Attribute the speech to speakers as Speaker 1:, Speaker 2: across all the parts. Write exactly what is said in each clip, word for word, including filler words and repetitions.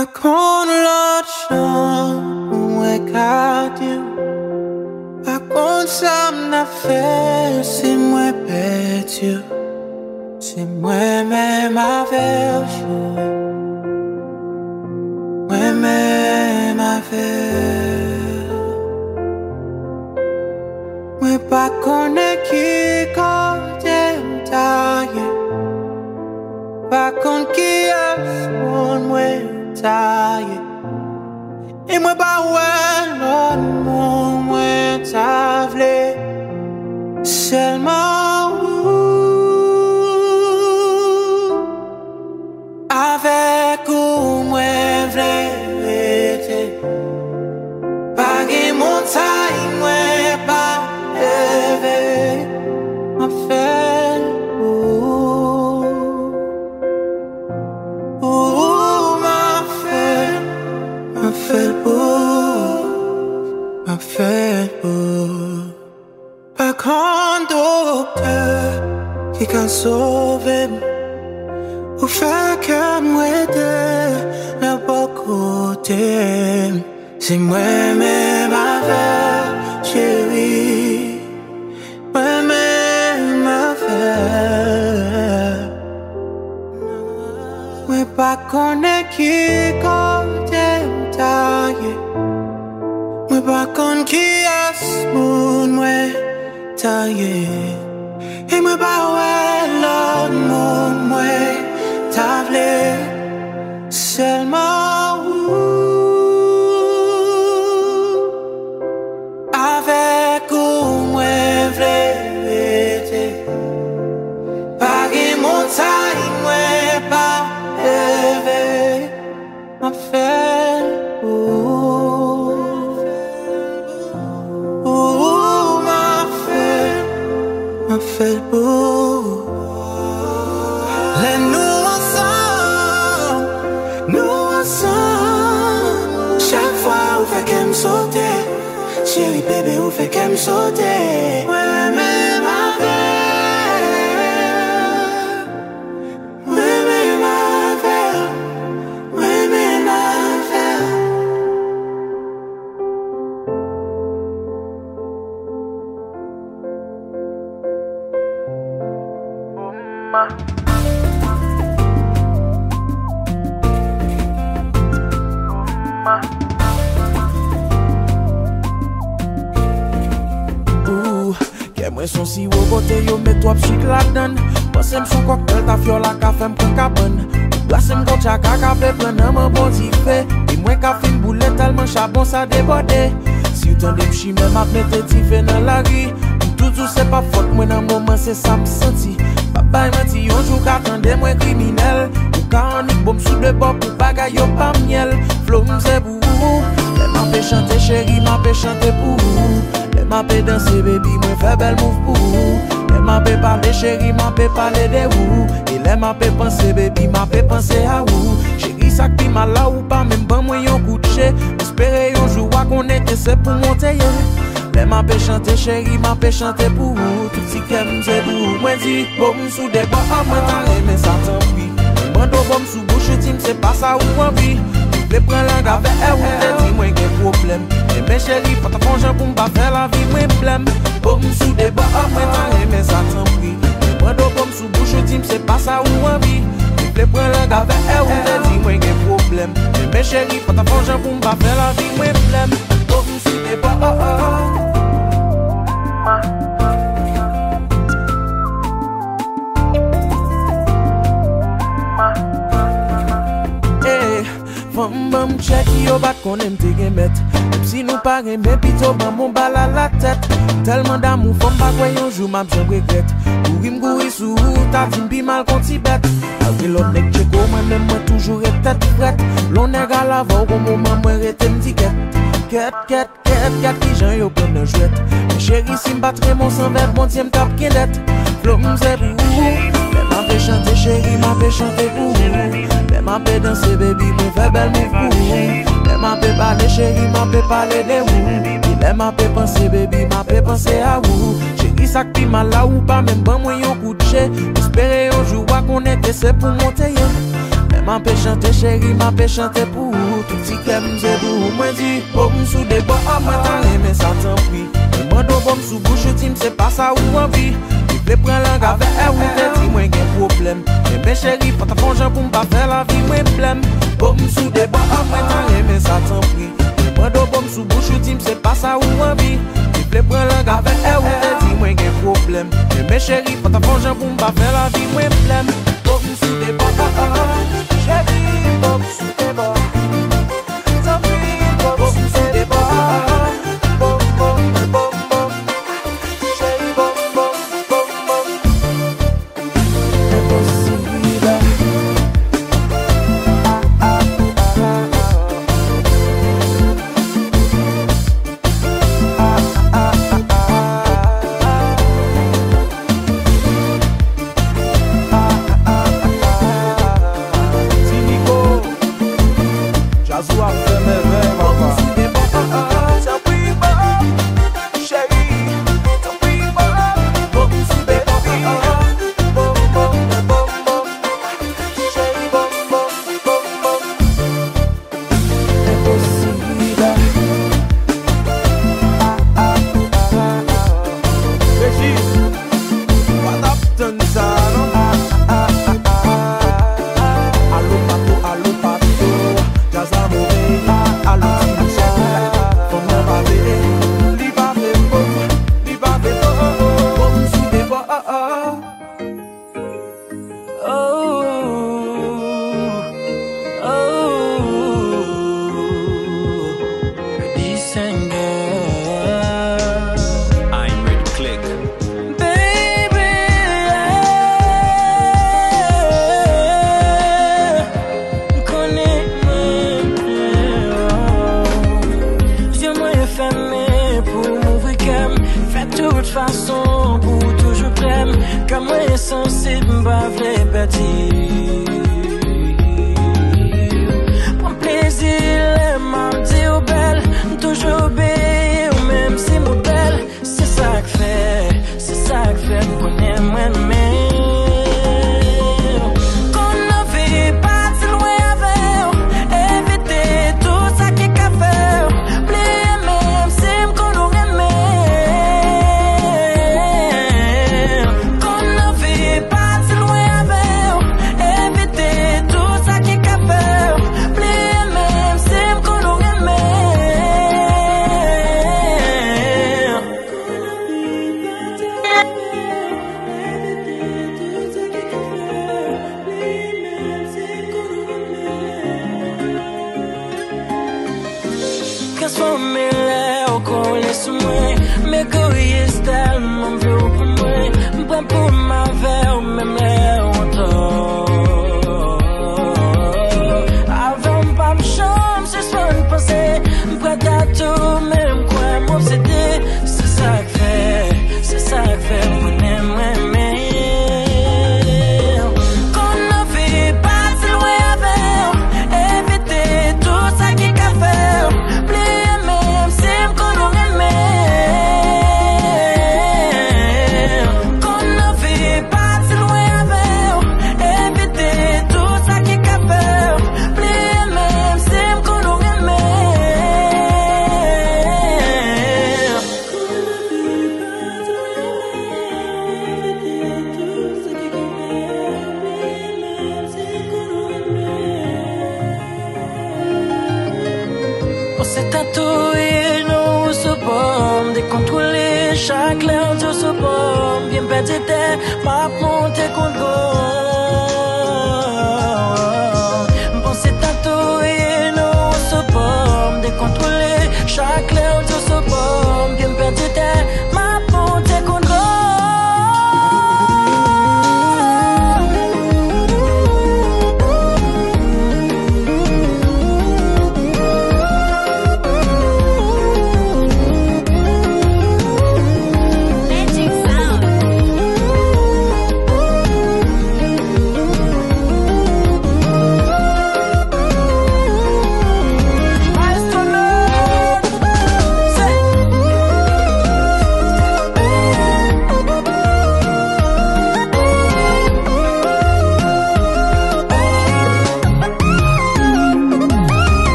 Speaker 1: Pas qu'on l'autre chante, ouais, qu'à Dieu. Pas qu'on ça m'a fait, c'est moi perdu. C'est moi-même avec vous. Moi-même avec. Moi pas connaît qui côté m'taille. Pas qu'on qui a son moi taille. Et moi pas ouais l'autre mon moi t'avlé. Seulement avec ou moi vérité. Pas de montagne, moi pas élevé. Ma fait ou ou ma fait, ma fait ou ma fait ou. Pas grand docteur qui can sauver. Ou fait que moi de la bon côté. C'est moi-même avec chérie. Moi-même avec. Moi pas connaît qui côté m'taille. Moi pas connaît qui a ce monde moi taillé. Et moi pas ouais l'autre monde moi t'avlé. Seulement avec ou moi vérité. Pas de montagne, moi pas élevé. Ma fait ou ou ma fait, ma fait beau. Les nous ensemble, nous ensemble. Chaque fois on fait qu'elle me sauter. Chérie bébé, ou fait qu'elle me saute. Moi-même avec. Moi-même avec. Moi-même avec.
Speaker 2: Moi son si haut côté yo met toi psych la donne. Pense m son cocktail ta fiole la café m prend cabane. Place m gon chaka café prendre mon bon fait. Et moi café m boule tellement charbon ça débordé. Si ou tande m chi même a mette ti fait dans la rue. Tout tout c'est pas faute moi dans moment c'est ça me senti. Papa menti yon jour qu'attendait moi criminel. Ou ka en bom sous de bord pour bagay yo pas miel. Flow m c'est pour vous. M'a fait chanter chérie, m'a fait chanter pour vous. M'a fait danser baby, moi fait belle move pour vous. M'a fait parler chérie, m'a fait parler de vous. Et m'a fait penser baby, m'a fait penser à vous. Chérie ça qui m'a là ou pas, même pas moi yon coup de chez. Espérer un jour à qu'on était c'est pour monter. Les m'a fait chanter chérie, m'a fait chanter pour vous. Tout si qu'aime c'est pour vous. Moi dis, bon sous des bois, moi t'en aimé ça tant pis. Mando bon sous bouche, tim c'est pas ça ou envie. Les prends langue avec elle ou te dis moi qu'un problème. Et mes chéris, pas ta fonction pour m'pas faire la vie, moi blême. Pomme sous des bas, moi t'en aimé ça t'en prie. Moi d'eau pomme sous bouche, dis c'est pas ça ou envie. Les prends langue avec elle ou te dis moi qu'un problème. Et mes chéris, pas ta fonction pour m'pas faire la vie, moi blême. Pomme sous des bas, oh oh. Femme bam check yo bat qu'on aime te remettre. Même si nous pas aimer pito ban mon bal à la tête. Tellement d'amour femme pas quoi un jour m'a j'en regrette. Courir m'courir sous ta team pi mal qu'on t'y bête. Avec l'autre nèg check moi même moi toujours est tête prête. L'on nèg à la voix au moment moi rete m'tiquette. Quête quête quête quête qui j'en yo prend de jouette. Mes chéris si m'battre mon sang vers mon tiem cap quinette. Flow m'zé pour vous. M'a fait chanter chérie, m'a fait chanter pour vous. M'a fait danser baby, moi fait belle move pour vous. M'a fait parler chérie, m'a fait parler de vous. Il m'a fait penser baby, m'a fait penser à vous. Chérie ça qui m'a là ou pas, même bon moi yon coup de chez. Espérer un jour à qu'on était c'est pour monter. Mais m'a pe chanter chérie, m'a pe chanter pour tout petit clem c'est pour moi dit bon sous des bois moi t'en aimé ça tant pis. Moi do bon sous bouche tim c'est pas ça ou envie. Je prends langue avec elle ou te dis moi gen problème. Mais chérie pas ta fonction pour m'pas faire la vie moi blême. Bon sous des bois moi t'en aimé ça tant pis. Moi do bon sous bouche tim c'est pas ça ou envie. Je prends langue avec elle ou te dis moi gen problème. Mais chérie pas ta fonction pour m'pas faire la vie moi blême. Bon sous des bois chérie bon sous des bois.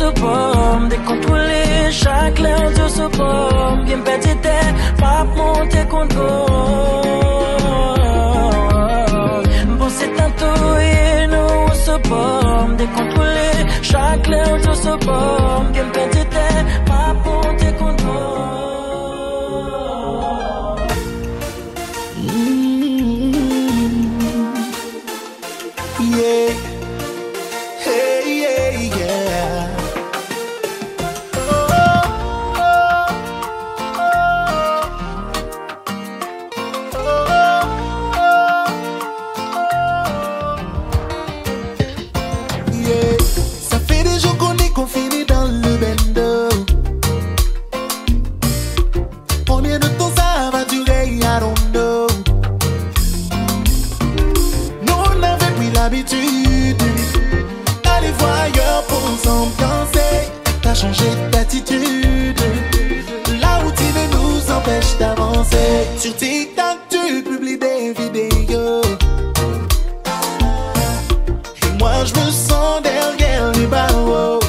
Speaker 3: se pomme, décontrôlé, chaque l'air de se pomme, bien petit pas monter contre bon c'est tantôt et nous se pomme, décontrôlé, chaque l'air de se pomme, bien petit pas monter contre
Speaker 1: yeah. Hey, yeah, yeah. Yeah. Ça fait des jours qu'on est confinés dans le bendo. Combien de temps ça va durer? I don't know. Nous on avait pris l'habitude d'aller voir ailleurs pour s'ambiancer. T'as changé d'attitude. La routine nous empêche d'avancer. Sur TikTok tu publies des vidéos et moi je me sens derrière les barreaux.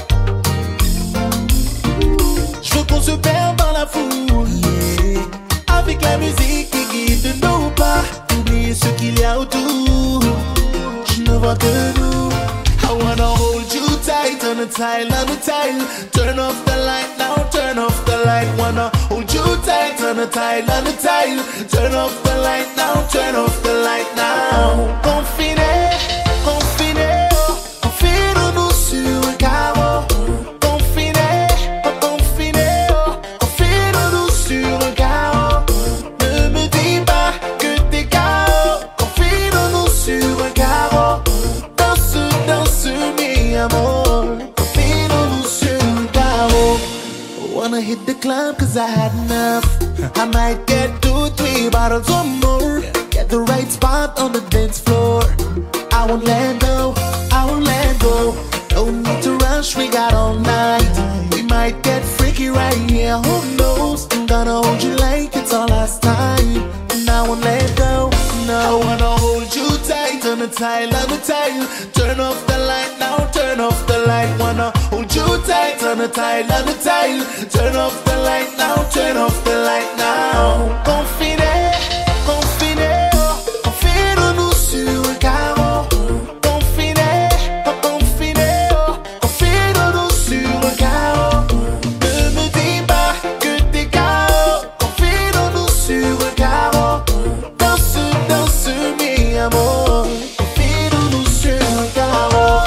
Speaker 1: Je veux qu'on se perd dans la foule, yeah. Avec la musique qui guide nos pas. Oublier ce qu'il y a autour. Je ne vois que nous. I wanna hold you tight on the tile, on the tile. Turn off the light now, turn off the light. Wanna hold you tight on the tile, on the tile. Turn off the light now, turn off the light now. Confiné, confiné, oh, confine-nous sur un carreau. Confiné, oh, confiné, oh, confine-nous sur un carreau. Ne me dis pas que t'es K O. Confine-nous sur un carreau. Danse, danse, mi amor. Confine-nous sur un carreau. Wanna hit the club cause I had enough. I might get two, three bottles or more. Get the right spot on the dance floor. I won't let go, I won't let go. No need to rush, we got all night. We might get freaky right here, who knows? I'm gonna hold you like it's our last time. And I won't let go, no. I wanna hold you tight on the tile, on the tile. Turn off the light now, turn off the light. Wanna hold you tight on the tile, on the tile. Turn off the light now, turn off the light now. Confiné, confiné, oh, confine-nous sur un carreau. Confiné, oh, confiné, oh, confine-nous sur un carreau. Ne me dis pas que t'es K O. Confine-nous sur un carreau. Danse, danse, mi amor. Confine-nous sur un carreau.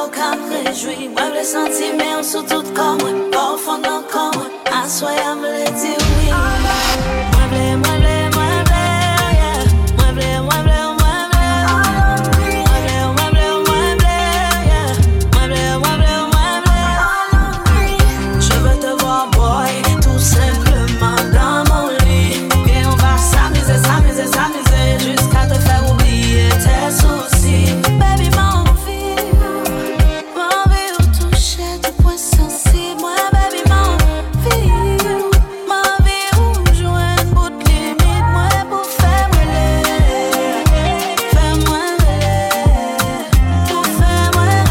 Speaker 3: voir qu'à réjouir. Moi, les sentiments sont tout comme moi. Pas au fond d'un corps, moi. À soi, à me le dire oui. Moi, blé, moi, blé, moi, blé, yeah. Moi, blé, moi, blé, moi, blé. Moi, blé, moi, blé, moi, blé, yeah. Moi, blé, moi, blé, moi, blé. Je veux te voir, boy, tout simplement dans mon lit. Et on va s'amuser, s'amuser, s'amuser jusqu'à te faire oublier tes soucis. Baby, mon vie, mon vie où toucher tes points sensibles. Moi, baby, mon vie, mon vie où jouer une bout de limite. Moi, pour faire m'ailer, fais-moi m'ailer, pour faire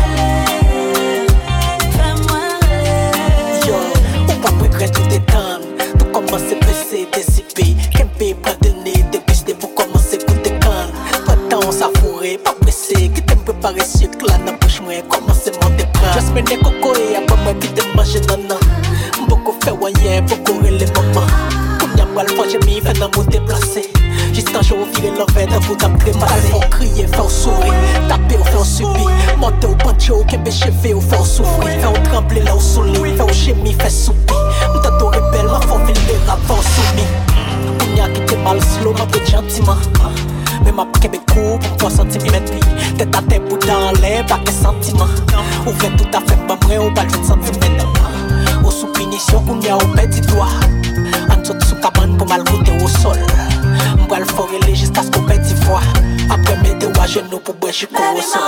Speaker 3: m'ailer, fais-moi m'ailer.
Speaker 4: Yo, on va regretter tout détendre. Tout commence à baisser, dissiper. Qu'un pays pas donné, déguster pour commencer à goûter canne. Pas de temps savourer, pas pressé. Qui t'aime préparer sucre là dans la bouche, moi, commencer à monter prendre. Just me ne coco et après moi qui te mange nana. Beaucoup fait voyer, beaucoup les mamans. Comme y'a pas le fois, j'ai mis fait dans mon déplacé. Jusqu'à jour, virer l'envers dans vous d'après mal. Faut crier, faire sourire, taper ou faire subir. Monter au pancho, qu'un péché fait ou faire souffrir. Faire trembler là au soleil, faire au gémir, faire soupir. M't'adore rebelle, ma femme ville les rapports soumis. On y a quitté mal slow, ma petite gentiment. Mais ma paquet court pour trois centimètres. Tête à tête, bout dans l'air, pas que sentiment. Ouvert tout à fait, pas vrai, au bal vingt centimètres. Au sous punition, qu'on y a au petit doigt. En dessous de sous cabane pour mal goûter au sol. M'boile fort et jusqu'à ce qu'on petit fois. Après mes deux à genoux pour boire jusqu'au sol.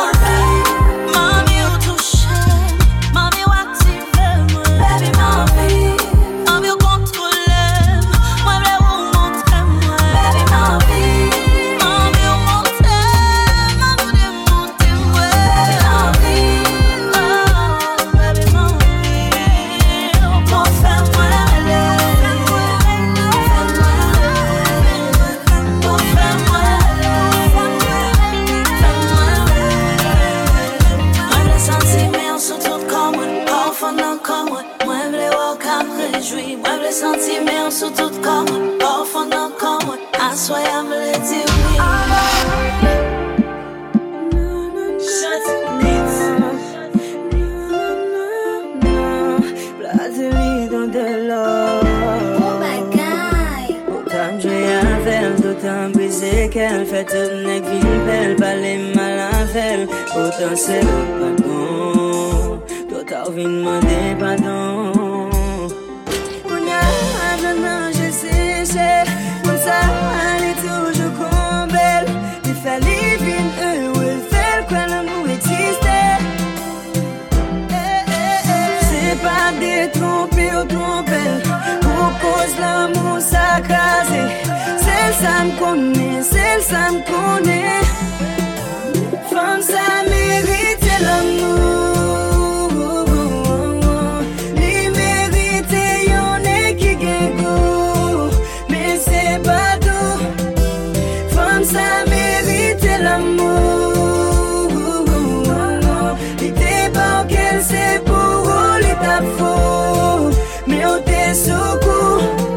Speaker 3: Mami ou toucher, mami ou activer moi. Baby, mami, mami ou contrôler. Moi, blé ou montrer moi. Baby, mami, mami ou monter, mami ou démonter moi. Baby, mami, oh, baby, mami, pour faire moi aller. Pour faire moi aller. Moi, les sentiments sont tout comme moi. Pas au fond d'un corps, moi. Moi, blé ou qu'à me réjouir. Moi, les sentiments sont tout comme moi. Pas au fond d'un corps, moi. À soi, à me le dire oui.
Speaker 5: Oh my God.
Speaker 3: Autant jouer avec elle, d'autant briser qu'elle fait toute nec ville belle, parler mal avec elle. Autant c'est pas bon, d'autant envie demander pardon. On y a maintenant, je sais, j'ai comme ça, elle est toujours comme belle. Il fallait vivre heureux, faire quoi l'amour existait. C'est pas détromper ou tromper, pour cause l'amour s'accasé. C'est ça me connaît, c'est ça me connaît. Femme ça mérite l'amour. Les mérite y'en est qui gagne goût, mais c'est pas tout. Femme ça mérite l'amour. L'idée pas qu'elle c'est pour ta faute, mais on t'est secours.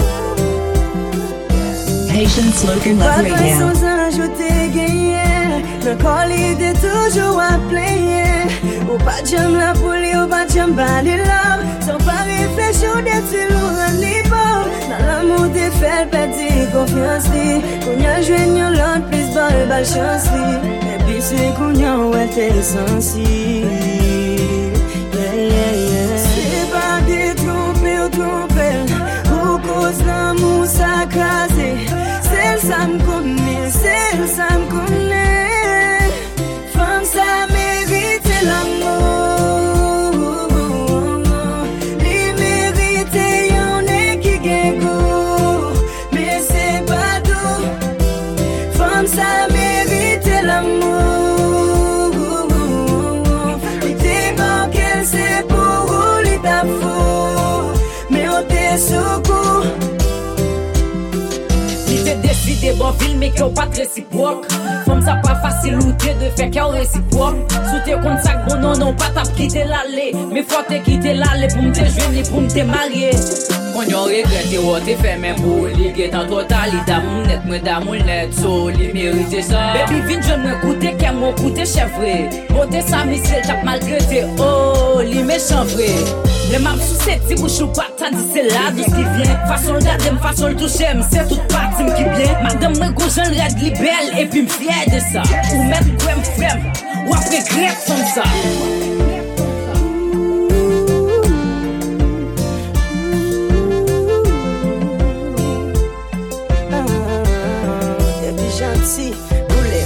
Speaker 5: Haitian Slogan Love Radio.
Speaker 3: Sans ajouter gagné, le colis de toujours à player. Ou pas de j'aime la poulie, ou pas de j'aime pas les larmes. Sans pas réfléchir, d'être lourd en libre. Dans l'amour, t'es fait perdre confiance. Qu'on y a joué, n'y a l'autre plus balle, balle chance. Et puis c'est qu'on y a, ouais, t'es sensible. C'est pas détromper ou tromper, ou cause l'amour s'accasé. C'est ça me connaît, c'est ça me connaît. Femme ça mérite l'amour. Les mérites y'en est qui gagne goût, mais c'est pas tout. Femme ça mérite l'amour. C'est pour rouler ta faute, mais on t'est secours.
Speaker 6: L'idée décidé bon film mais qu'on pas réciproque. Femme ça pas facile ou t'es de faire qu'un réciproque. Sous tes comptes sac bon non non pas t'as quitté l'allée, mais faut te quitter l'allée pour me te joindre pour me te marier. Quand yon regrette ou t'es fait même pour liguer en totalité. Mon net moi d'amour net so li mérite ça. Baby vin je me coûter qu'à gang au coup de chèvre. Beauté sa missile tap malgré oh, li méchant vrai. Les maps sous cette petite bouche ou pas, t'as dit c'est là d'où ce qui vient. Façon le garder, façon le toucher, c'est toute partie qui vient. Madame me gauche, je règle li belle et puis me fier de ça. Ou mettre quoi me frère, ou après grec comme ça.
Speaker 7: Gentil, roulez.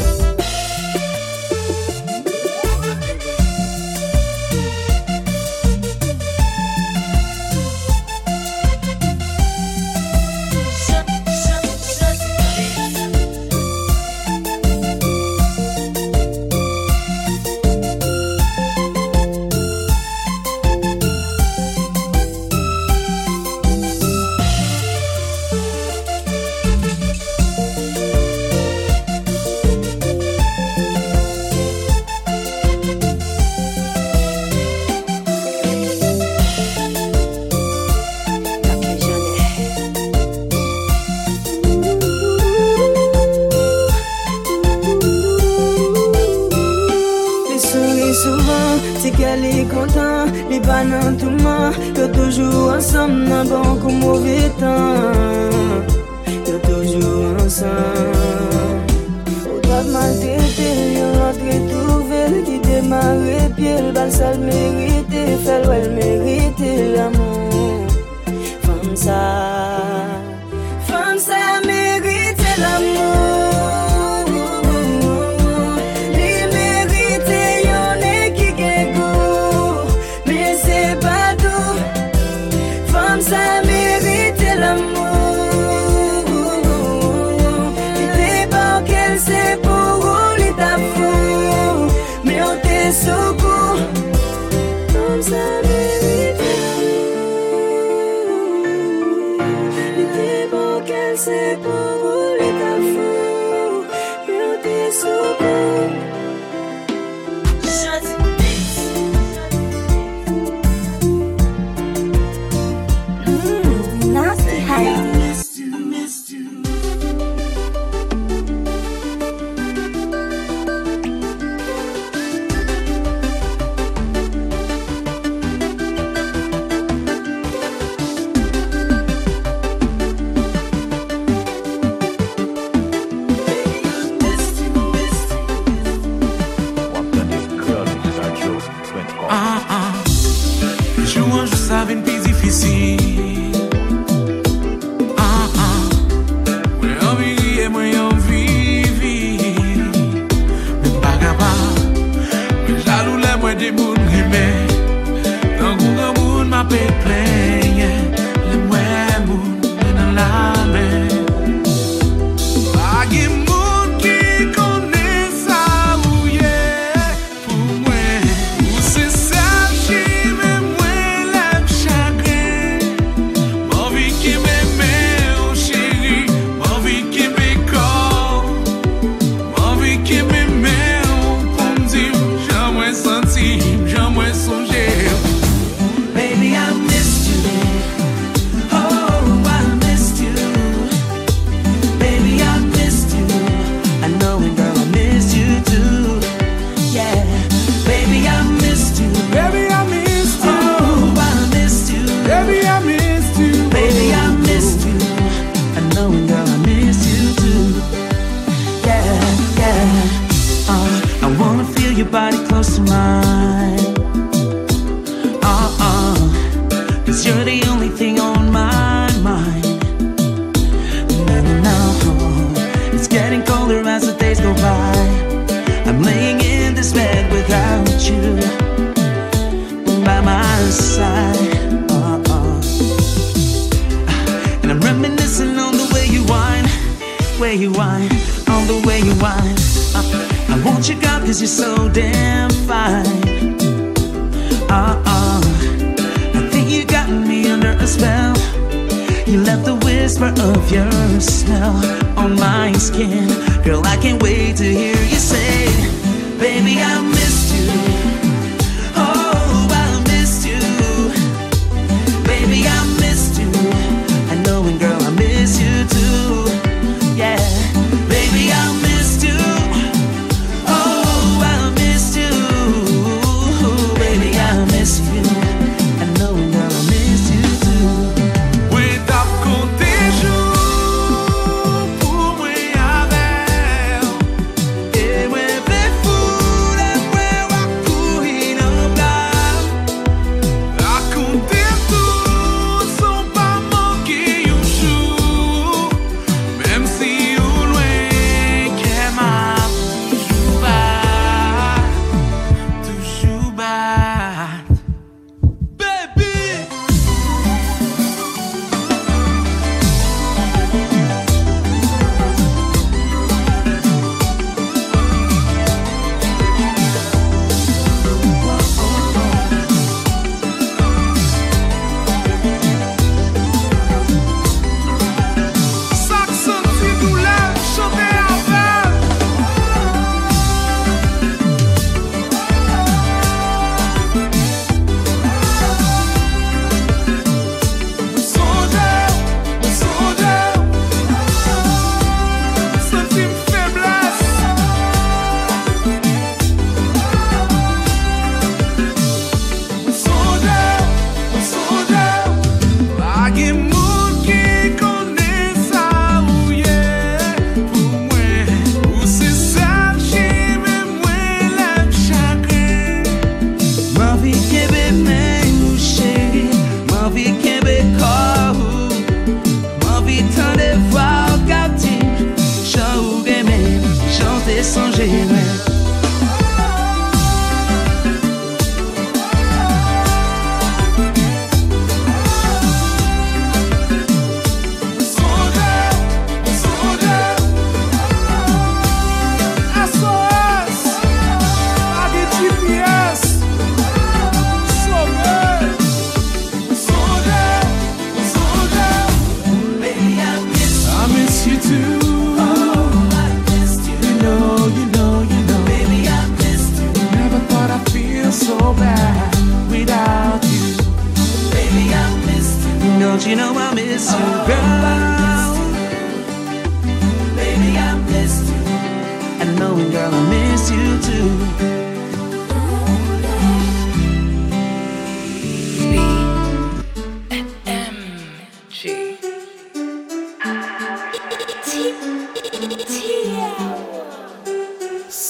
Speaker 8: Y'a toujours ensemble, n'a bon comme mauvais temps. Y'a toujours ensemble. Faut pas maltraiter, y'a rentré tout vel. Qui démarre pied, le bal ça le mérite. Fait elle mérite l'amour. Femme ça, femme ça mérite l'amour. Ça mérite l'amour. Il est bon qu'elle sait pour où il t'a fou. Mais on t'est secours. Comme ça mérite l'amour. Il est bon qu'elle sait pour où il t'a fou. Mais on t'est secours.
Speaker 9: Oh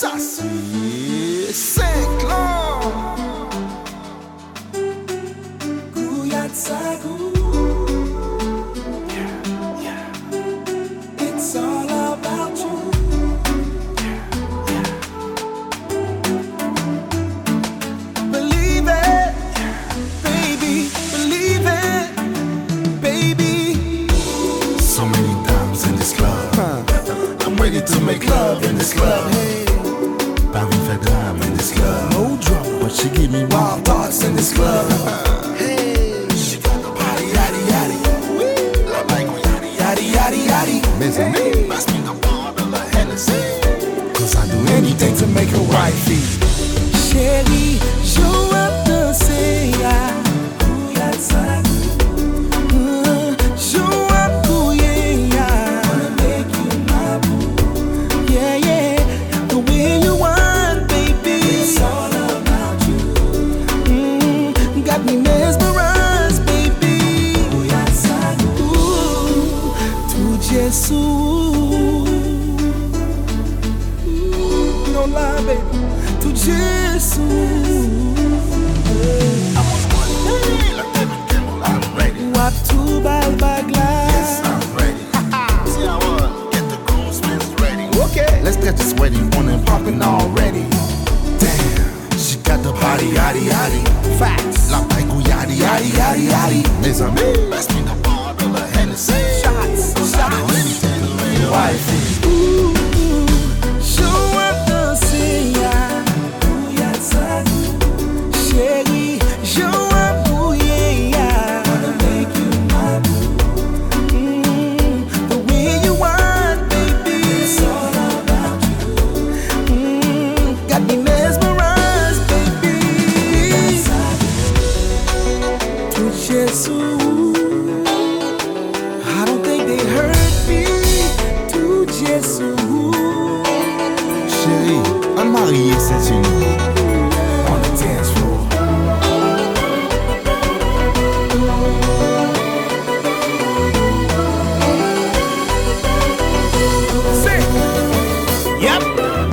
Speaker 9: Ça c'est Saint-Claude.
Speaker 2: Gouyat Sagou. Yeah, yeah. It's all about you. Yeah, yeah. Believe it, baby. Believe it, baby.
Speaker 9: So many times in this club. Huh. I'm ready to make love in this club. Hey. Paris fait drame in this club.
Speaker 2: No drama,
Speaker 9: but she give me wild thoughts in this club.
Speaker 2: Hey, she got the body, yaddy, yaddy.
Speaker 9: La bike, yaddy,
Speaker 2: yaddy, yaddy, yaddy.
Speaker 9: Mes amis, pass me the bottle of Hennessy. Cause I do
Speaker 2: anything to make her wifey. Chérie, je vais danser. Gouyat Sagou.
Speaker 1: No lie, baby, to Jesus.
Speaker 9: I'm ready.
Speaker 1: What to buy bag
Speaker 9: Yes, I'm ready. See I want get the groomsmen ready.
Speaker 1: Okay,
Speaker 9: let's get this wedding on and popping already. Damn, she got the body, yaddy, yaddy.
Speaker 1: Facts.
Speaker 9: La bike, yaddy, yaddy, yaddy, yaddy. Mes amis, pass me the bottle of Hennessy.
Speaker 1: Shots, shots.
Speaker 9: Anything to make your wifey.
Speaker 1: Ooh, je vais danser. Gouyat Sagou. Chérie, je vais bouiller.
Speaker 2: Wanna make you my boo.
Speaker 1: Mm, the way you want, baby.
Speaker 2: It's all about you.
Speaker 1: Mm, got me mesmerized, baby. To Jesus. I don't think they hurt me. To Jesus.
Speaker 9: Chérie, un marié c'est une on the dance floor.
Speaker 1: Say, yep.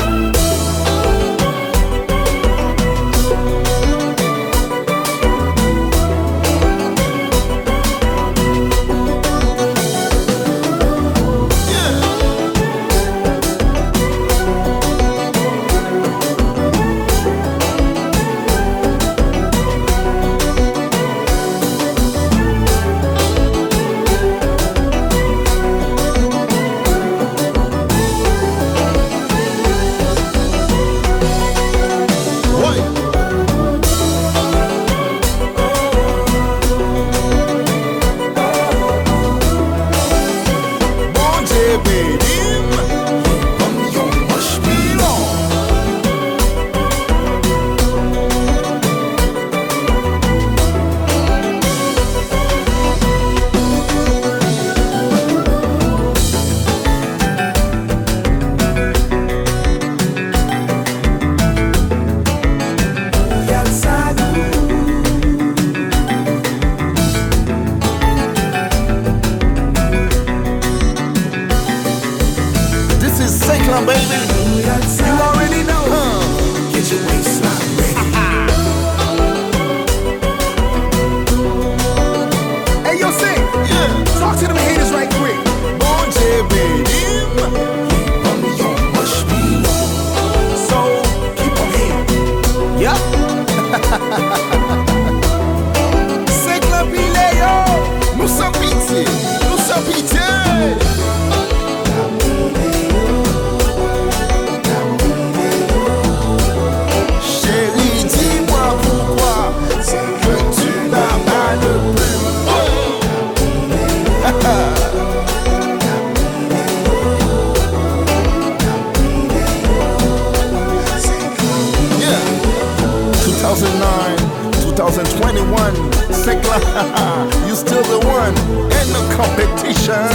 Speaker 9: twenty twenty-one, Sekla, you still the one in the competition.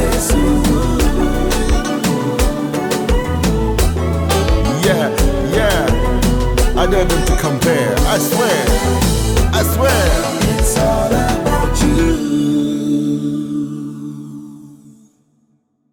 Speaker 9: Yeah, yeah, I dare them to compare, I swear, I swear.